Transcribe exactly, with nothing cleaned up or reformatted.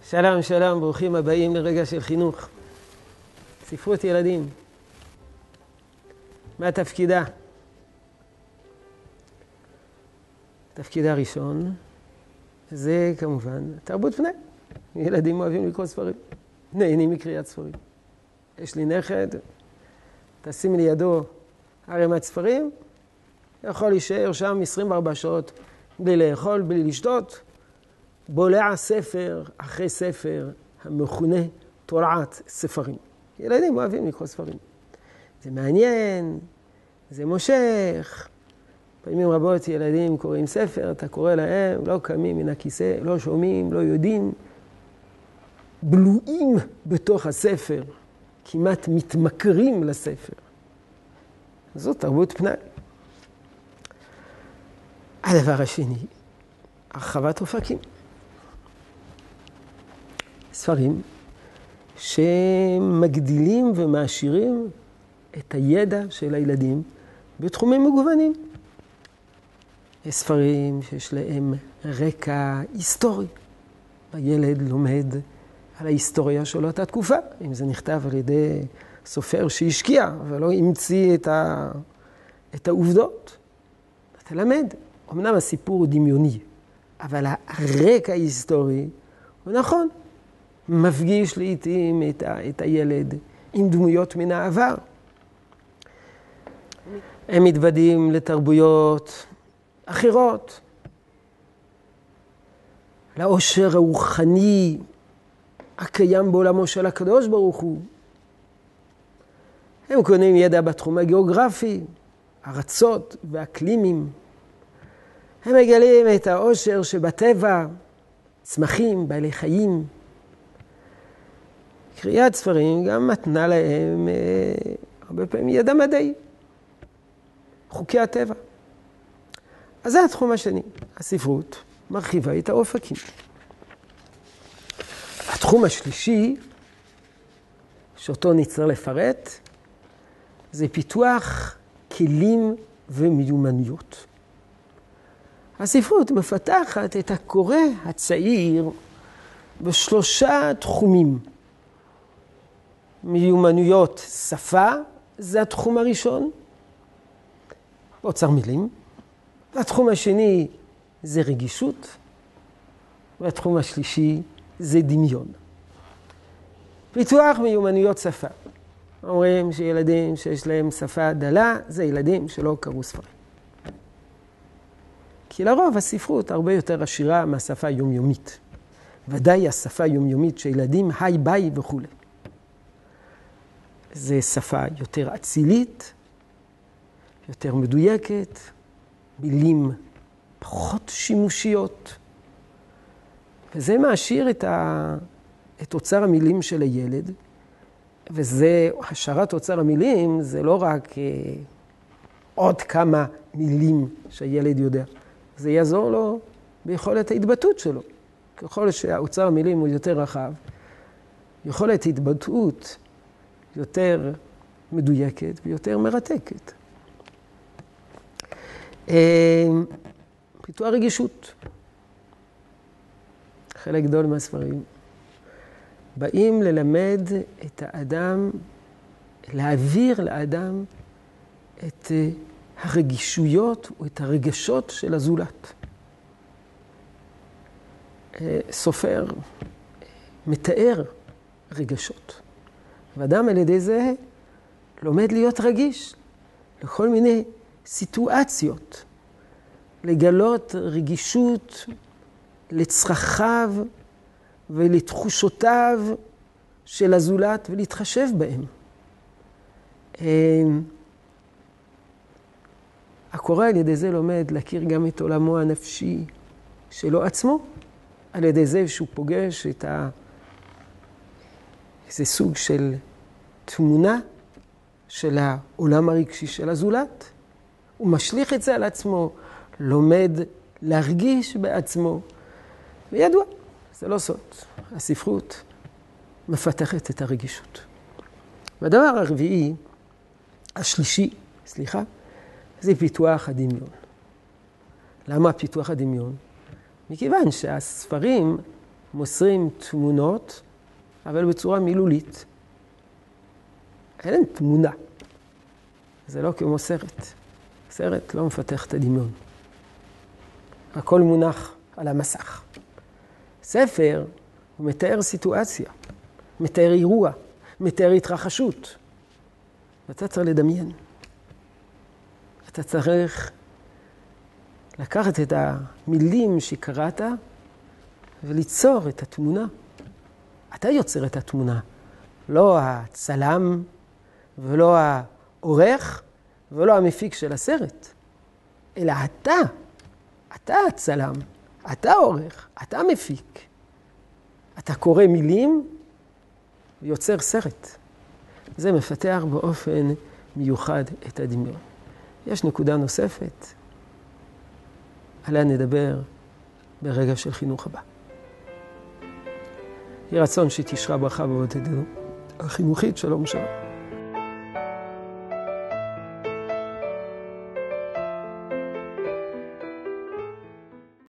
שלום, שלום, ברוכים הבאים לרגע של חינוך. ספרות ילדים. מה תפקידה? תפקידה ראשון, זה כמובן תרבות פנאי. ילדים אוהבים לקרוא ספרים, נהנים מקריאת ספרים. יש לי נכד, תשים לידו ערימת ספרים, יכול להישאר שם עשרים וארבע שעות בלי לאכול, בלי לשתות, בולע ספר אחרי ספר המכונה תורת ספרים. ילדים אוהבים לקרוא ספרים. זה מעניין, זה מושך. פעמים רבות ילדים קוראים ספר, אתה קורא להם, לא קמים מן הכיסא, לא שומעים, לא יודעים. בלועים בתוך הספר, כמעט מתמכרים לספר. זאת תרבות פנאי. הדבר השני, הרחבת אופקים. ספרים שמגדילים ומעשירים את הידע של הילדים בתחומים מגוונים. יש ספרים שיש להם רקע היסטורי. הילד לומד על ההיסטוריה של אותה תקופה, אם זה נכתב על ידי סופר שהשקיע ולא המציא את, ה... את העובדות. אתה למד. אמנם הסיפור הוא דמיוני, אבל הרקע ההיסטורי הוא נכון. מפגיש לעתים את, ה... את הילד עם דמויות מן העבר. הם מתוודעים לתרבויות אחרות, לעושר הרוחני הקיים בעולמו של הקדוש ברוך הוא. הם קונים ידע בתחום הגיאוגרפי, ארצות ואקלימים. הם מגלים את העושר שבטבע, צמחים, בעלי חיים. קריאת ספרים גם מתנה להם אה, הרבה פעמים ידע מדעי, חוקי הטבע. אז זה התחום השני. הספרות מרחיבה את האופקים. התחום השלישי, שאותו נצטרך לפרט, זה פיתוח כלים ומיומנויות. הספרות מפתחת את הקורא הצעיר בשלושה תחומים. מיומנויות שפה, זה התחום הראשון, אוצר מילים. והתחום השני זה רגישות, והתחום השלישי זה דמיון. פיתוח מיומנויות שפה. אומרים שילדים שיש להם שפה דלה, זה ילדים שלא קראו ספרים. כי לרוב הספרות הרבה יותר עשירה מהשפה היומיומית. ודאי השפה היומיומית שילדים היי ביי וכו'. זה שפה יותר אצילית, יותר מדויקת, מילים פחות שימושיות. וזה מעשיר את, ה... את אוצר המילים של הילד. וזה, השארת אוצר המילים, זה לא רק אה, עוד כמה מילים שהילד יודע. זה יעזור לו ביכולת ההתבטאות שלו. ככל שהאוצר המילים הוא יותר רחב, יכולת התבטאות יותר מדויקת ויותר מרתקת. פיתוח רגישות. חלק גדול מהספרים באים ללמד את האדם, להעביר לאדם את הרגישויות או את הרגשות של הזולת. סופר מתאר רגשות. ואדם על ידי זה לומד להיות רגיש לכל מיני סיטואציות, לגלות רגישות לצרכיו ולתחושותיו של הזולת ולהתחשב בהם. הקורא על ידי זה לומד להכיר גם את עולמו הנפשי שלו עצמו, על ידי זה שהוא פוגש את ה... איזה סוג של תמונה של העולם הרגשי של הזולת. הוא משליך את זה על עצמו, לומד להרגיש בעצמו. וידוע, זה לא סוד. הספרות מפתחת את הרגישות. והדבר הרביעי, השלישי, סליחה, זה פיתוח הדמיון. למה פיתוח הדמיון? מכיוון שהספרים מוסרים תמונות, אבל בצורה מילולית. אין תמונה. זה לא כמו סרט. סרט לא מפתח את הדמיון. הכל מונח על המסך. ספר הוא מתאר סיטואציה, מתאר אירוע, מתאר התרחשות. ואתה צריך לדמיין. אתה צריך לקחת את המילים שקראת וליצור את התמונה. אתה יוצר את התמונה, לא הצלם ולא העורך ולא המפיק של הסרט, אלא אתה. אתה הצלם, אתה העורך, אתה המפיק. אתה קורא מילים ויוצר סרט. זה מפתח באופן מיוחד את הדמיון. יש נקודה נוספת, עליה נדבר ברגע של חינוך הבא. יהי רצון שתשרה ברכה בעבודתנו החינוכית. שלום שלום.